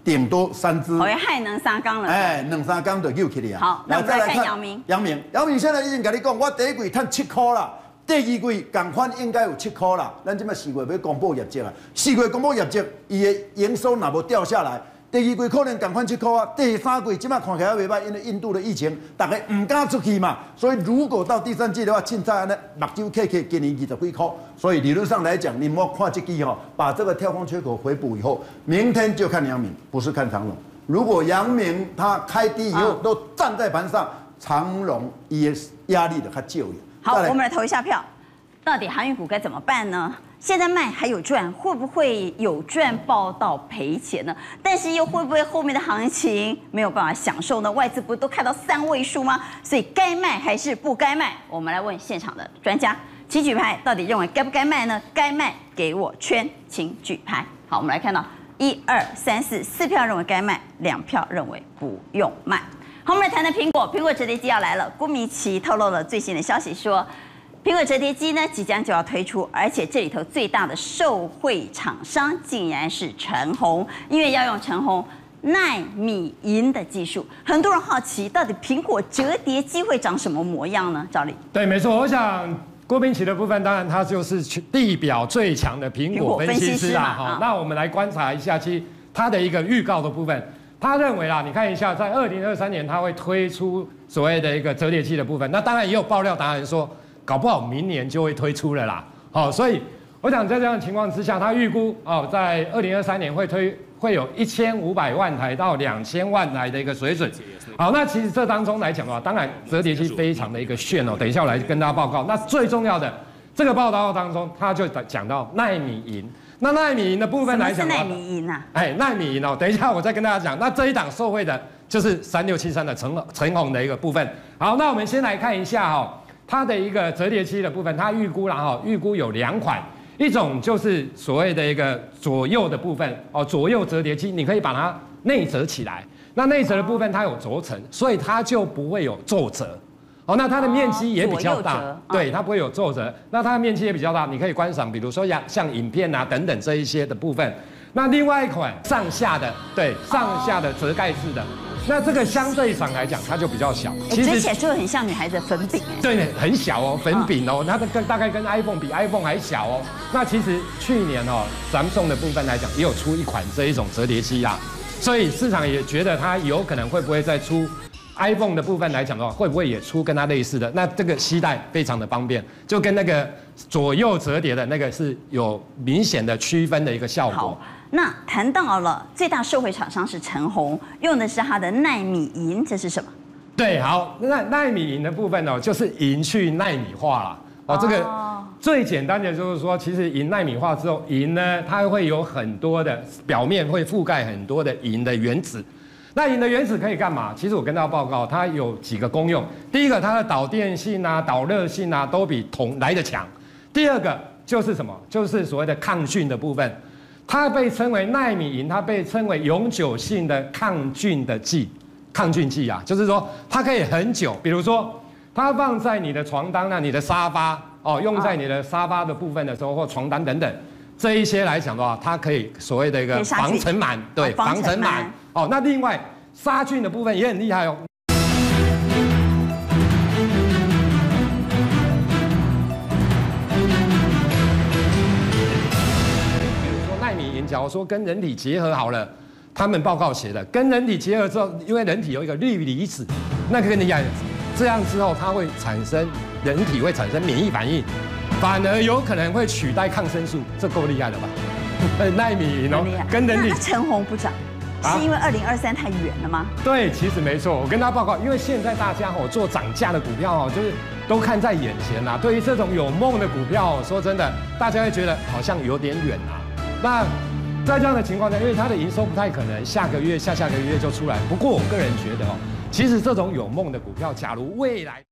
顶多三只。 好，害能三缸了。 哎，两三缸就救起来啊。 好，那我们再来看阳明。 阳明，阳明现在已经跟你讲，我第一季赚七块啦，第二季共款应该有七块啦。咱即摆四月要公布业绩啊，四月公布业绩，伊的营收若无掉下来。第二季可能共款七块啊，第三季即摆看起来袂歹，因为印度的疫情，大家唔敢出去嘛，所以如果到第三季的话，凊彩安尼目睭客客今年二十几块，所以理论上来讲，你莫看这季哈，把这个跳空缺口回补以后，明天就看阳明，不是看长荣。如果阳明它开低以后都站在盘上，长荣也压力的它就有。 好，我们来投一下票，到底航运股该怎么办呢？现在卖还有赚，会不会有赚报到赔钱呢？但是又会不会后面的行情没有办法享受呢？外资不都看到三位数吗？所以该卖还是不该卖？我们来问现场的专家，请举牌，到底认为该不该卖呢？该卖给我圈，请举牌。好，我们来看到一二三四四票认为该卖，两票认为不用卖。好，我们来谈谈苹果，苹果折叠机要来了。郭明錤透露了最新的消息说。苹果折叠机呢，即将就要推出，而且这里头最大的受惠厂商竟然是陈鸿，因为要用陈鸿奈米银的技术。很多人好奇，到底苹果折叠机会长什么模样呢？赵丽， 对，没错，我想郭明錤的部分，当然他就是地表最强的苹果分析师啦。好，那我们来观察一下，其实他的一个预告的部分，他认为啦，你看一下，在二零二三年他会推出所谓的一个折叠机的部分。那当然也有爆料达人说。搞不好明年就会推出了啦，好，所以我想在这样的情况之下，他预估哦，在二零二三年会推会有一千五百万台到两千万台的一个水准。好，那其实这当中来讲的话，当然折叠机非常的一个炫哦，等一下我来跟大家报告。那最重要的这个报道当中，他就讲到奈米银。那奈米银的部分来讲， 奈米银啊， 哎，奈米银哦，等一下我再跟大家讲。那这一档受惠的就是三六七三的陈陈鸿的一个部分。好，那我们先来看一下哈。它的一个折叠机的部分，它预估了哈，预估有两款，一种就是所谓的一个左右的部分哦，左右折叠机，你可以把它内折起来。那内折的部分它有轴承，所以它就不会有皱褶。哦，那它的面积也比较大，对，它不会有皱褶。那它的面积也比较大，你可以观赏，比如说像像影片啊等等这一些的部分。那另外一款上下的，对，上下的折盖式的。那这个相对上来讲，它就比较小， 其实折起来就很像女孩子的粉饼， 对，很小哦，粉饼哦，它的跟大概跟 iPhone 比 iPhone 还小哦。那其实去年哦，Samsung 的部分来讲，也有出一款这一种折叠机啦，所以市场也觉得它有可能会不会再出 iPhone 的部分来讲的话，会不会也出跟它类似的？那这个携带非常的方便，就跟那个左右折叠的那个是有明显的区分的一个效果。 那谈到了最大受惠厂商是陈鸿，用的是它的奈米银，这是什么？ 对，好，那奈米银的部分哦，就是银去奈米化了。哦，这个最简单的就是说，其实银奈米化之后，银呢它会有很多的表面会覆盖很多的银的原子。那银的原子可以干嘛？其实我跟大家报告，它有几个功用。第一个，它的导电性啊、导热性啊，都比铜来得强。第二个就是什么？就是所谓的抗菌的部分。它被称为奈米银，它被称为永久性的抗菌的剂，抗菌剂啊，就是说它可以很久，比如说它放在你的床单啊、你的沙发哦，用在你的沙发的部分的时候，或床单等等这一些来讲的话，它可以所谓的一个防尘螨，对，防尘螨哦。那另外杀菌的部分也很厉害哦。假如说跟人体结合好了，他们报告写的，跟人体结合之后，因为人体有一个氯离子，那个跟你讲，这样之后它会产生人体会产生免疫反应，反而有可能会取代抗生素，这够厉害了吧？奈米银哦，跟人体。 那陈鸿部长是因为二零二三太远了吗？ 对，其实没错，我跟他报告，因为现在大家哦做涨价的股票哦，就是都看在眼前啦。对于这种有梦的股票，说真的，大家会觉得好像有点远啊。那在这样的情况下，因为它的营收不太可能下个月、下下个月就出来。不过我个人觉得哦，其实这种有梦的股票，假如未来